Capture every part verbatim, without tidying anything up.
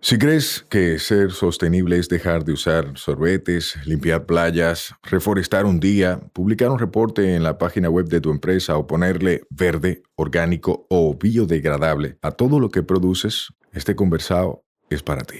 Si crees que ser sostenible es dejar de usar sorbetes, limpiar playas, reforestar un día, publicar un reporte en la página web de tu empresa o ponerle verde, orgánico o biodegradable a todo lo que produces, este conversado es para ti.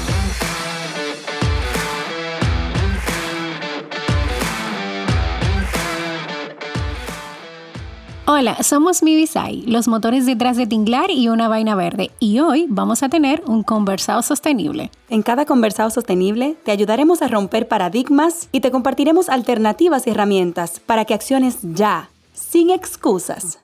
Hola, somos Mibisay, los motores detrás de Tinglar y una vaina verde, y hoy vamos a tener un conversado sostenible. En cada conversado sostenible te ayudaremos a romper paradigmas y te compartiremos alternativas y herramientas para que acciones ya, sin excusas.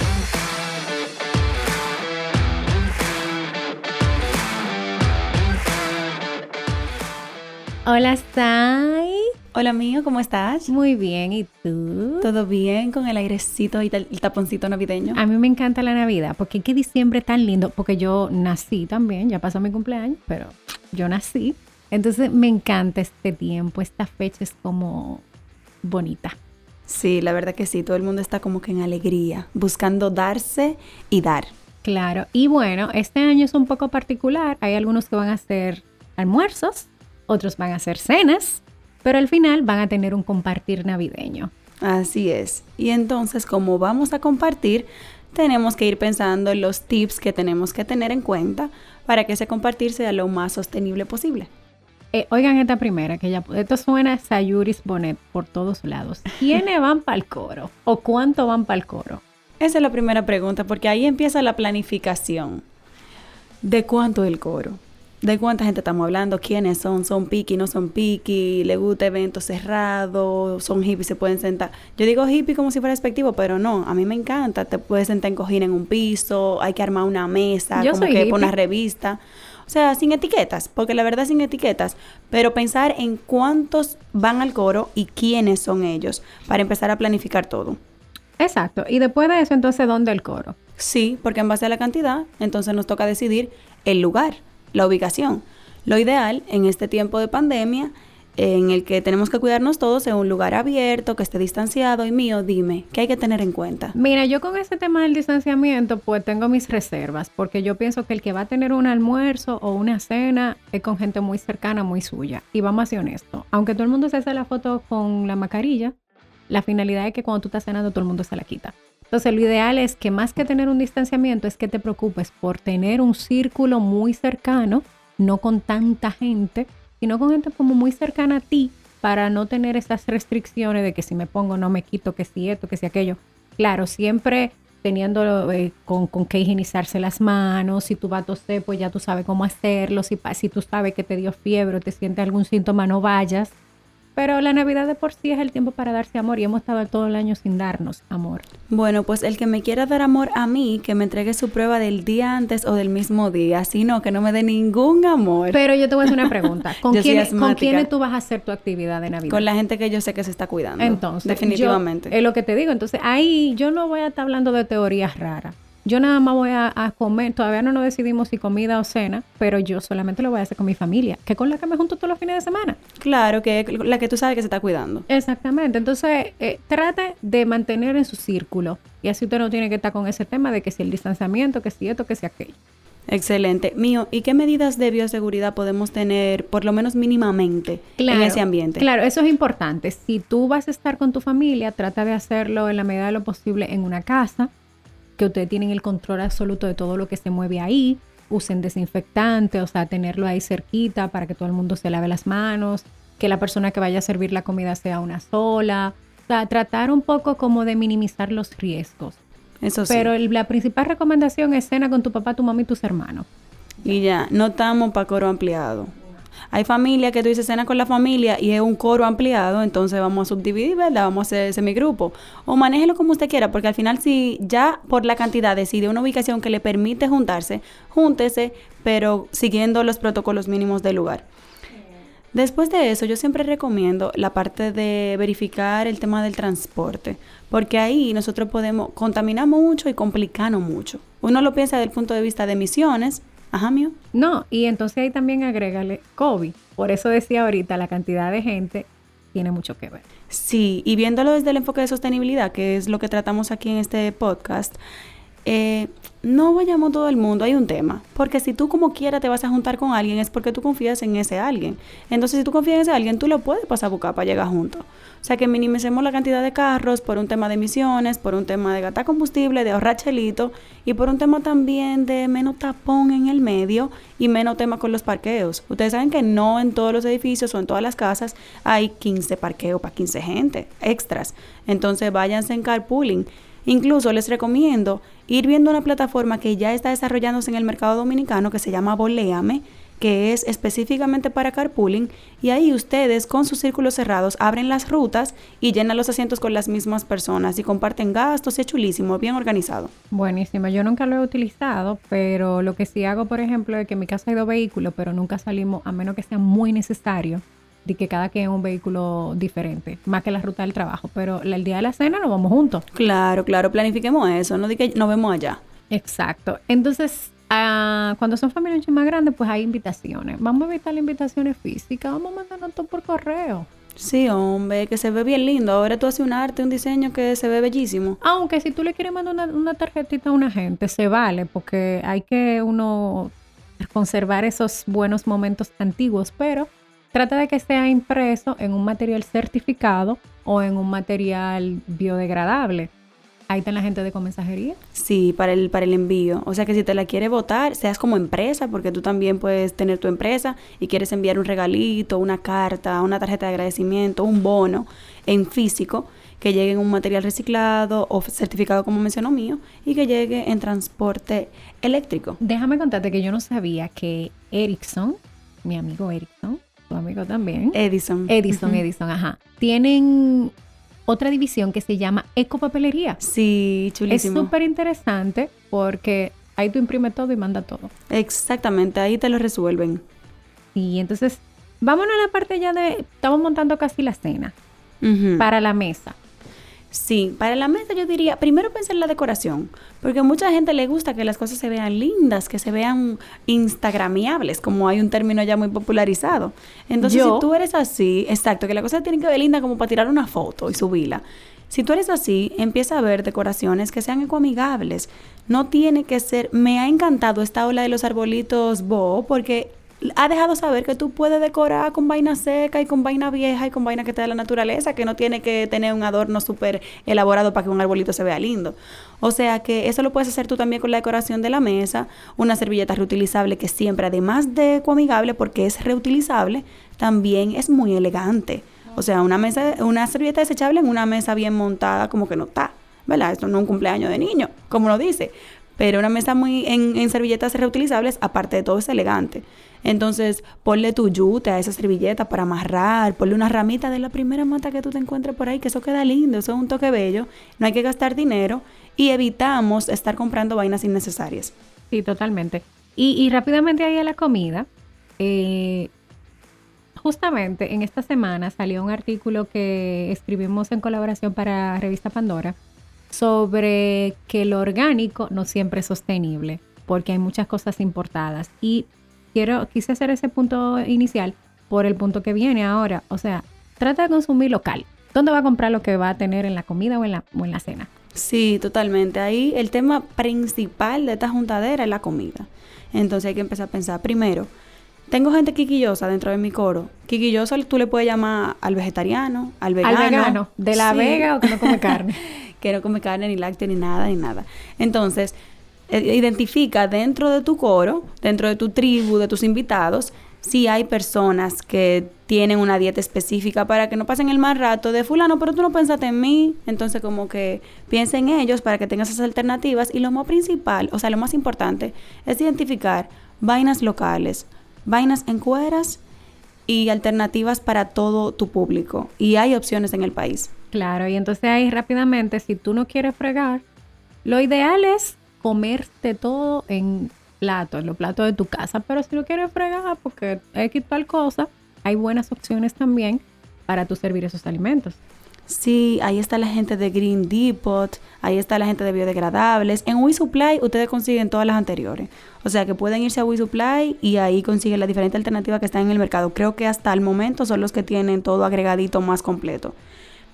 Hola, Sai. Hola, mío, ¿cómo estás? Muy bien, ¿y tú? ¿Todo bien con el airecito y el taponcito navideño? A mí me encanta la Navidad, porque qué diciembre tan lindo, porque yo nací también, ya pasó mi cumpleaños, pero yo nací. Entonces me encanta este tiempo, esta fecha es como bonita. Sí, la verdad que sí, todo el mundo está como que en alegría, buscando darse y dar. Claro, y bueno, este año es un poco particular, hay algunos que van a hacer almuerzos, otros van a hacer cenas, pero al final van a tener un compartir navideño. Así es. Y entonces, como vamos a compartir, tenemos que ir pensando en los tips que tenemos que tener en cuenta para que ese compartir sea lo más sostenible posible. Eh, oigan esta primera, que ya esto suena Sayuris Bonet por todos lados. ¿Quiénes van para el coro? ¿O cuánto van para el coro? Esa es la primera pregunta, porque ahí empieza la planificación. ¿De cuánto es el coro? ¿De cuánta gente estamos hablando? ¿Quiénes son? ¿Son piqui? ¿No son piqui? ¿Le gusta eventos cerrados? ¿Son hippies? ¿Se pueden sentar? Yo digo hippie como si fuera despectivo, pero no. A mí me encanta. Te puedes sentar en cojín en un piso. Hay que armar una mesa. Yo como soy que hippie. por una revista. O sea, sin etiquetas. Porque la verdad sin etiquetas. Pero pensar en cuántos van al coro y quiénes son ellos. Para empezar a planificar todo. Exacto. Y después de eso, entonces, ¿dónde el coro? Sí, porque en base a la cantidad, entonces nos toca decidir el lugar. La ubicación. Lo ideal en este tiempo de pandemia, en el que tenemos que cuidarnos todos, en un lugar abierto, que esté distanciado. Y mío, dime, ¿qué hay que tener en cuenta? Mira, yo con ese tema del distanciamiento, pues tengo mis reservas, porque yo pienso que el que va a tener un almuerzo o una cena es con gente muy cercana, muy suya. Y vamos a ser honestos, aunque todo el mundo se hace la foto con la mascarilla, la finalidad es que cuando tú estás cenando todo el mundo se la quita. Entonces, lo ideal es que más que tener un distanciamiento, es que te preocupes por tener un círculo muy cercano, no con tanta gente, sino con gente como muy cercana a ti, para no tener esas restricciones de que si me pongo no me quito, que si esto, que si aquello. Claro, siempre teniendo eh, con, con que higienizarse las manos. Si tú vas a toser, pues ya tú sabes cómo hacerlo. Si, si tú sabes que te dio fiebre o te sientes algún síntoma, no vayas. Pero la Navidad de por sí es el tiempo para darse amor y hemos estado todo el año sin darnos amor. Bueno, pues el que me quiera dar amor a mí, que me entregue su prueba del día antes o del mismo día. Si no, que no me dé ningún amor. Pero yo te voy a hacer una pregunta. ¿Con, quién, ¿con quiénes tú vas a hacer tu actividad de Navidad? Con la gente que yo sé que se está cuidando. Entonces, definitivamente. Yo, es lo que te digo. Entonces, ahí yo no voy a estar hablando de teorías raras. Yo nada más voy a, a comer, todavía no nos decidimos si comida o cena, pero yo solamente lo voy a hacer con mi familia, que con la que me junto todos los fines de semana. Claro, que la que tú sabes que se está cuidando. Exactamente. Entonces, eh, trate de mantener en su círculo. Y así usted no tiene que estar con ese tema de que si el distanciamiento, que si esto, que si aquello. Excelente. Mío, ¿y qué medidas de bioseguridad podemos tener, por lo menos mínimamente, claro, en ese ambiente? Claro, eso es importante. Si tú vas a estar con tu familia, trata de hacerlo en la medida de lo posible en una casa, que ustedes tienen el control absoluto de todo lo que se mueve ahí. Usen desinfectante, o sea, tenerlo ahí cerquita para que todo el mundo se lave las manos, que la persona que vaya a servir la comida sea una sola. O sea, tratar un poco como de minimizar los riesgos. Eso sí. Pero el, la principal recomendación es cena con tu papá, tu mamá y tus hermanos. Y ya, no estamos para coro ampliado. Hay familias que tú dices cena con la familia y es un coro ampliado, entonces vamos a subdividir, ¿verdad? Vamos a hacer semigrupo. O manéjelo como usted quiera, porque al final si ya por la cantidad decide una ubicación que le permite juntarse, júntese, pero siguiendo los protocolos mínimos del lugar. Después de eso, yo siempre recomiendo la parte de verificar el tema del transporte, porque ahí nosotros podemos contaminar mucho y complicarnos mucho. Uno lo piensa desde el punto de vista de emisiones. Ajá, mío. No, y entonces ahí también agrégale COVID. Por eso decía ahorita, la cantidad de gente tiene mucho que ver. Sí, y viéndolo desde el enfoque de sostenibilidad, que es lo que tratamos aquí en este podcast, eh, no vayamos todo el mundo, hay un tema. Porque si tú como quiera te vas a juntar con alguien, es porque tú confías en ese alguien. Entonces, si tú confías en ese alguien, tú lo puedes pasar a buscar para llegar juntos. O sea, que minimicemos la cantidad de carros por un tema de emisiones, por un tema de gastar combustible, de ahorrar chelito, y por un tema también de menos tapón en el medio y menos tema con los parqueos. Ustedes saben que no en todos los edificios o en todas las casas hay quince parqueos para quince gente extras. Entonces, váyanse en carpooling. Incluso les recomiendo ir viendo una plataforma que ya está desarrollándose en el mercado dominicano que se llama Boléame, que es específicamente para carpooling, y ahí ustedes con sus círculos cerrados abren las rutas y llenan los asientos con las mismas personas y comparten gastos, y es chulísimo, bien organizado. Buenísimo, yo nunca lo he utilizado, pero lo que sí hago, por ejemplo, es que en mi casa hay dos vehículos, pero nunca salimos, a menos que sea muy necesario, de que cada quien es un vehículo diferente, más que la ruta del trabajo, pero el día de la cena nos vamos juntos. Claro, claro, planifiquemos eso, no de que nos vemos allá. Exacto, entonces uh, cuando son familias más grandes, pues hay invitaciones. Vamos a evitar las invitaciones físicas, vamos a mandarnos todo por correo. Sí, hombre, que se ve bien lindo. Ahora tú haces un arte, un diseño que se ve bellísimo. Aunque si tú le quieres mandar una, una tarjetita a una gente, se vale, porque hay que uno conservar esos buenos momentos antiguos, pero trata de que sea impreso en un material certificado o en un material biodegradable. Ahí está la gente de Comensajería. Sí, para el, para el envío. O sea que si te la quieres botar, seas como empresa, porque tú también puedes tener tu empresa y quieres enviar un regalito, una carta, una tarjeta de agradecimiento, un bono en físico, que llegue en un material reciclado o certificado como mencionó mío y que llegue en transporte eléctrico. Déjame contarte que yo no sabía que Ericsson, mi amigo Ericsson, tu amigo también. Edison. Edison, uh-huh. Edison, ajá. Tienen otra división que se llama Ecopapelería. Sí, chulísimo. Es súper interesante porque ahí tú imprimes todo y manda todo. Exactamente, ahí te lo resuelven. Y entonces, vámonos a la parte ya de, estamos montando casi la cena uh-huh. para la mesa. Sí, para la mesa yo diría, primero pensar en la decoración, porque a mucha gente le gusta que las cosas se vean lindas, que se vean instagramiables, como hay un término ya muy popularizado. Entonces, yo, si tú eres así, exacto, que la cosa tiene que ver linda como para tirar una foto y subirla. Si tú eres así, empieza a ver decoraciones que sean ecoamigables. No tiene que ser, me ha encantado esta ola de los arbolitos boho, porque ha dejado saber que tú puedes decorar con vaina seca y con vaina vieja y con vaina que te da la naturaleza, que no tiene que tener un adorno súper elaborado para que un arbolito se vea lindo. O sea que eso lo puedes hacer tú también con la decoración de la mesa, una servilleta reutilizable que siempre, además de ecoamigable, porque es reutilizable, también es muy elegante. O sea, una mesa, una servilleta desechable en una mesa bien montada como que no está, ¿verdad? Esto no es un cumpleaños de niño, como lo dice. Pero una mesa muy en, en servilletas reutilizables, aparte de todo, es elegante. Entonces, ponle tu yute a esa servilleta para amarrar, ponle una ramita de la primera mata que tú te encuentres por ahí, que eso queda lindo, eso es un toque bello. No hay que gastar dinero y evitamos estar comprando vainas innecesarias. Sí, totalmente. Y, y rápidamente ahí a la comida. Eh, justamente en esta semana salió un artículo que escribimos en colaboración para Revista Pandora sobre que lo orgánico no siempre es sostenible, porque hay muchas cosas importadas. Y quiero, quise hacer ese punto inicial por el punto que viene ahora. O sea, trata de consumir local. ¿Dónde va a comprar lo que va a tener en la comida o en la, o en la cena? Sí, totalmente. Ahí el tema principal de esta juntadera es la comida. Entonces hay que empezar a pensar. Primero, tengo gente quisquillosa dentro de mi coro. Quisquilloso tú le puedes llamar al vegetariano, al vegano. Al vegano, de la sí. vega o que no come carne. Que no come carne, ni lácteo, ni nada, ni nada. Entonces, identifica dentro de tu coro, dentro de tu tribu, de tus invitados, si hay personas que tienen una dieta específica para que no pasen el mal rato de fulano, pero tú no pensaste en mí. Entonces, como que piensa en ellos para que tengas esas alternativas. Y lo más principal, o sea, lo más importante, es identificar vainas locales, vainas en cueras y alternativas para todo tu público. Y hay opciones en el país. Claro, y entonces ahí rápidamente, si tú no quieres fregar, lo ideal es comerte todo en platos, en los platos de tu casa, pero si no quieres fregar porque hay que tal cosa, hay buenas opciones también para tú servir esos alimentos. Sí, ahí está la gente de Green Depot, ahí está la gente de biodegradables. En WeSupply ustedes consiguen todas las anteriores. O sea que pueden irse a WeSupply y ahí consiguen las diferentes alternativas que están en el mercado. Creo que hasta el momento son los que tienen todo agregadito más completo.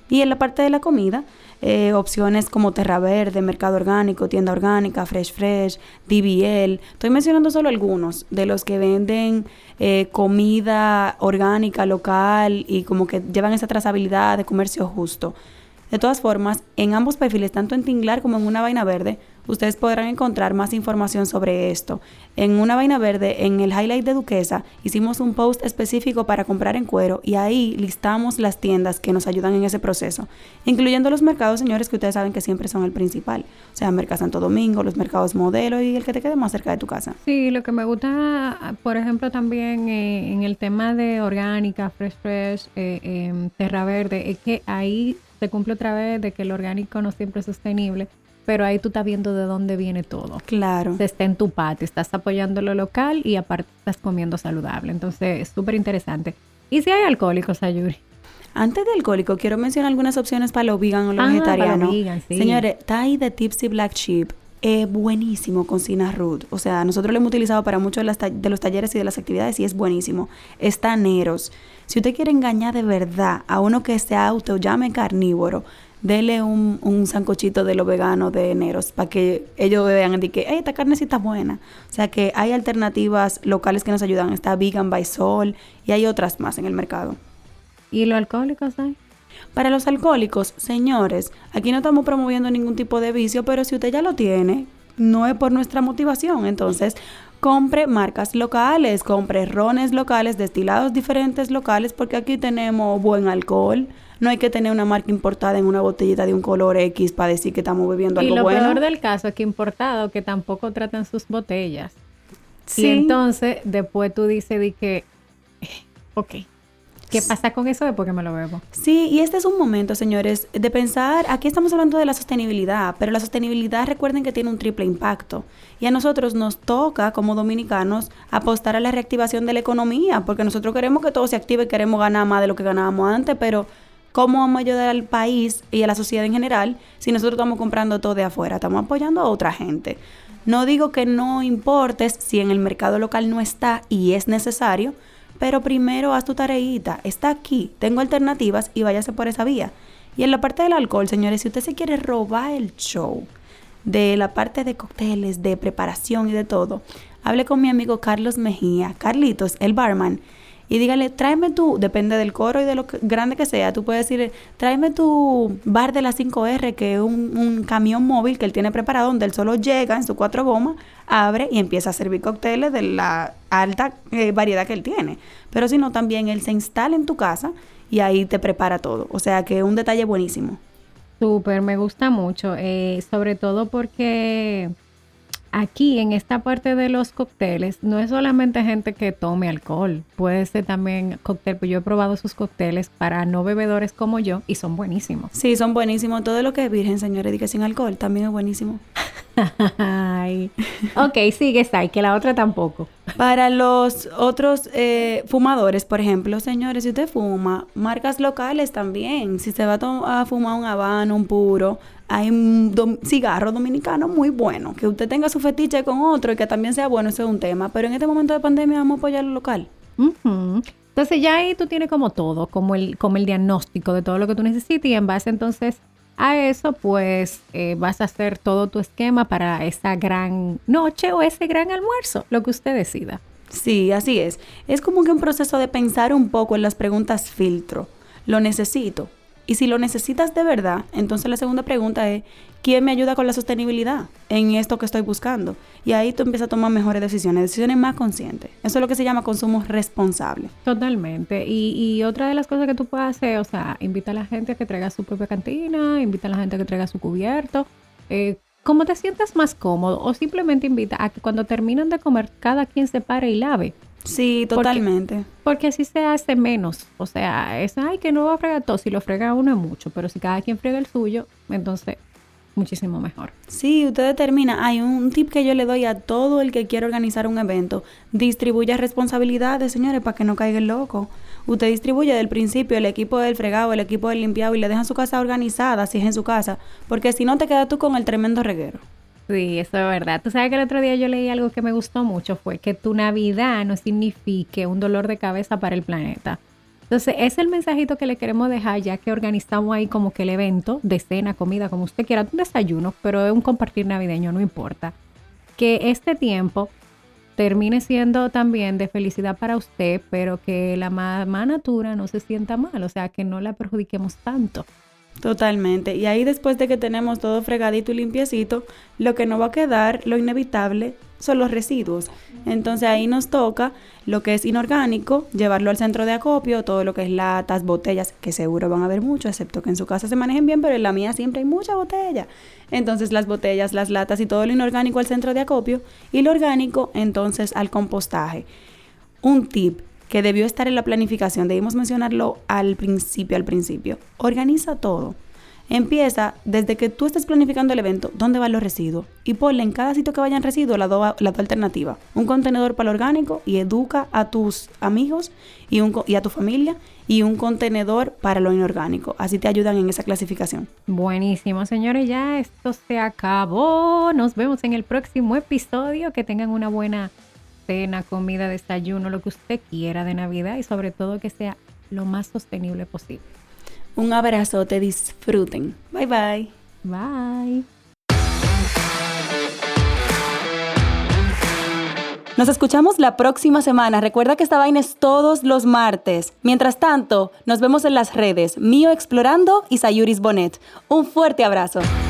Y en la parte de la comida, eh, opciones como Terra Verde, Mercado Orgánico, Tienda Orgánica, Fresh Fresh, D B L. Estoy mencionando solo algunos de los que venden eh, comida orgánica, local y como que llevan esa trazabilidad de comercio justo. De todas formas, en ambos perfiles, tanto en Tinglar como en Una Vaina Verde, ustedes podrán encontrar más información sobre esto. En Una Vaina Verde, en el highlight de Duquesa, hicimos un post específico para comprar en cuero y ahí listamos las tiendas que nos ayudan en ese proceso, incluyendo los mercados, señores, que ustedes saben que siempre son el principal. O sea, Mercado Santo Domingo, los mercados Modelo y el que te quede más cerca de tu casa. Sí, lo que me gusta, por ejemplo, también eh, en el tema de orgánica, Fresh Fresh, eh, eh, Terra Verde, es que ahí se cumple otra vez de que el orgánico no siempre es sostenible, pero ahí tú estás viendo de dónde viene todo. Claro. Se está en tu patio, estás apoyando lo local y aparte estás comiendo saludable. Entonces, es súper interesante. ¿Y si hay alcohólicos, Sayuri? Antes de alcohólico, quiero mencionar algunas opciones para los vegan o los Ah, vegetarianos. para los vegan, sí. Señores, Thai de Tipsy Black Sheep es buenísimo con Cina Root. O sea, nosotros lo hemos utilizado para muchos de, las ta- de los talleres y de las actividades y es buenísimo. Está Neros. Si usted quiere engañar de verdad a uno que se auto llame carnívoro, dele un, un sancochito de los veganos de Neros para que ellos vean y que, hey, esta carne sí está buena. O sea que hay alternativas locales que nos ayudan. Está Vegan by Sol y hay otras más en el mercado. ¿Y los alcohólicos hay? Para los alcohólicos, señores, aquí no estamos promoviendo ningún tipo de vicio, pero si usted ya lo tiene, no es por nuestra motivación. Entonces, compre marcas locales, compre rones locales, destilados diferentes locales, porque aquí tenemos buen alcohol. No hay que tener una marca importada en una botellita de un color X para decir que estamos bebiendo algo bueno. Y lo bueno. peor del caso es que importado, que tampoco tratan sus botellas. Sí. Y entonces, después tú dices de que, eh, ok, ¿qué pasa con eso después que me lo bebo? Sí, y este es un momento, señores, de pensar, aquí estamos hablando de la sostenibilidad, pero la sostenibilidad recuerden que tiene un triple impacto. Y a nosotros nos toca, como dominicanos, apostar a la reactivación de la economía, porque nosotros queremos que todo se active, queremos ganar más de lo que ganábamos antes, pero ¿cómo vamos a ayudar al país y a la sociedad en general si nosotros estamos comprando todo de afuera? Estamos apoyando a otra gente. No digo que no importes si en el mercado local no está y es necesario, pero primero haz tu tareita, está aquí, tengo alternativas y váyase por esa vía. Y en la parte del alcohol, señores, si usted se quiere robar el show de la parte de cócteles, de preparación y de todo, hable con mi amigo Carlos Mejía, Carlitos, el barman, y dígale, tráeme tu, depende del coro y de lo que, grande que sea, tú puedes decir, tráeme tu bar de la cinco erre, que es un, un camión móvil que él tiene preparado, donde él solo llega en su cuatro gomas, abre y empieza a servir cócteles de la alta eh, variedad que él tiene. Pero si no, también él se instala en tu casa y ahí te prepara todo. O sea que es un detalle buenísimo. Súper, me gusta mucho, eh, sobre todo porque aquí en esta parte de los cócteles no es solamente gente que tome alcohol, puede ser también cóctel, pues yo he probado sus cócteles para no bebedores como yo y son buenísimos. Sí, son buenísimos. Todo lo que es virgen, señores, y que sin alcohol también es buenísimo. Ay. Ok, sigue, Sai, que la otra tampoco. Para los otros eh, fumadores, por ejemplo, señores, si usted fuma, marcas locales también. Si se va a, to- a fumar un habano, un puro, hay un dom- cigarro dominicano muy bueno. Que usted tenga su fetiche con otro y que también sea bueno, eso es un tema. Pero en este momento de pandemia vamos a apoyar lo local. Uh-huh. Entonces ya ahí tú tienes como todo, como el, como el diagnóstico de todo lo que tú necesitas y en base entonces a eso pues eh, vas a hacer todo tu esquema para esa gran noche o ese gran almuerzo, lo que usted decida. Sí, así es. Es como que un proceso de pensar un poco en las preguntas filtro. ¿Lo necesito? Y si lo necesitas de verdad, entonces la segunda pregunta es, ¿quién me ayuda con la sostenibilidad en esto que estoy buscando? Y ahí tú empiezas a tomar mejores decisiones, decisiones más conscientes. Eso es lo que se llama consumo responsable. Totalmente. Y, y otra de las cosas que tú puedes hacer, o sea, invita a la gente a que traiga su propia cantina, invita a la gente a que traiga su cubierto, eh, como te sientas más cómodo, o simplemente invita a que cuando terminen de comer, cada quien se pare y lave. Sí, totalmente. Porque, porque así se hace menos. O sea, es, ay, que no va a fregar todo. Si lo frega uno es mucho, pero si cada quien frega el suyo, entonces muchísimo mejor. Sí, usted determina. Hay un tip que yo le doy a todo el que quiere organizar un evento. Distribuya responsabilidades, señores, para que no caiga el loco. Usted distribuye del principio el equipo del fregado, el equipo del limpiado y le dejan su casa organizada, si es en su casa. Porque si no, te quedas tú con el tremendo reguero. Sí, eso es verdad. Tú sabes que el otro día yo leí algo que me gustó mucho, fue que tu Navidad no signifique un dolor de cabeza para el planeta. Entonces, es el mensajito que le queremos dejar, ya que organizamos ahí como que el evento de cena, comida, como usted quiera, un desayuno, pero es un compartir navideño, no importa. Que este tiempo termine siendo también de felicidad para usted, pero que la mamá natura no se sienta mal, o sea, que no la perjudiquemos tanto. Totalmente. Y ahí después de que tenemos todo fregadito y limpiecito, lo que no va a quedar, lo inevitable, son los residuos. Entonces ahí nos toca lo que es inorgánico, llevarlo al centro de acopio, todo lo que es latas, botellas, que seguro van a haber mucho, excepto que en su casa se manejen bien, pero en la mía siempre hay mucha botella. Entonces las botellas, las latas y todo lo inorgánico al centro de acopio, y lo orgánico entonces al compostaje. Un tip que debió estar en la planificación, debimos mencionarlo al principio, al principio. Organiza todo. Empieza desde que tú estés planificando el evento, dónde van los residuos, y ponle en cada sitio que vayan residuos la dos la do alternativas. Un contenedor para lo orgánico, y educa a tus amigos y, un, y a tu familia, y un contenedor para lo inorgánico. Así te ayudan en esa clasificación. Buenísimo, señores, ya esto se acabó. Nos vemos en el próximo episodio. Que tengan una buena cena, comida, desayuno, lo que usted quiera de Navidad, y sobre todo que sea lo más sostenible posible. Un abrazote, disfruten. Bye bye. Bye. Nos escuchamos la próxima semana. Recuerda que esta vaina es todos los martes. Mientras tanto, nos vemos en las redes Mío Explorando y Sayuris Bonet. Un fuerte abrazo.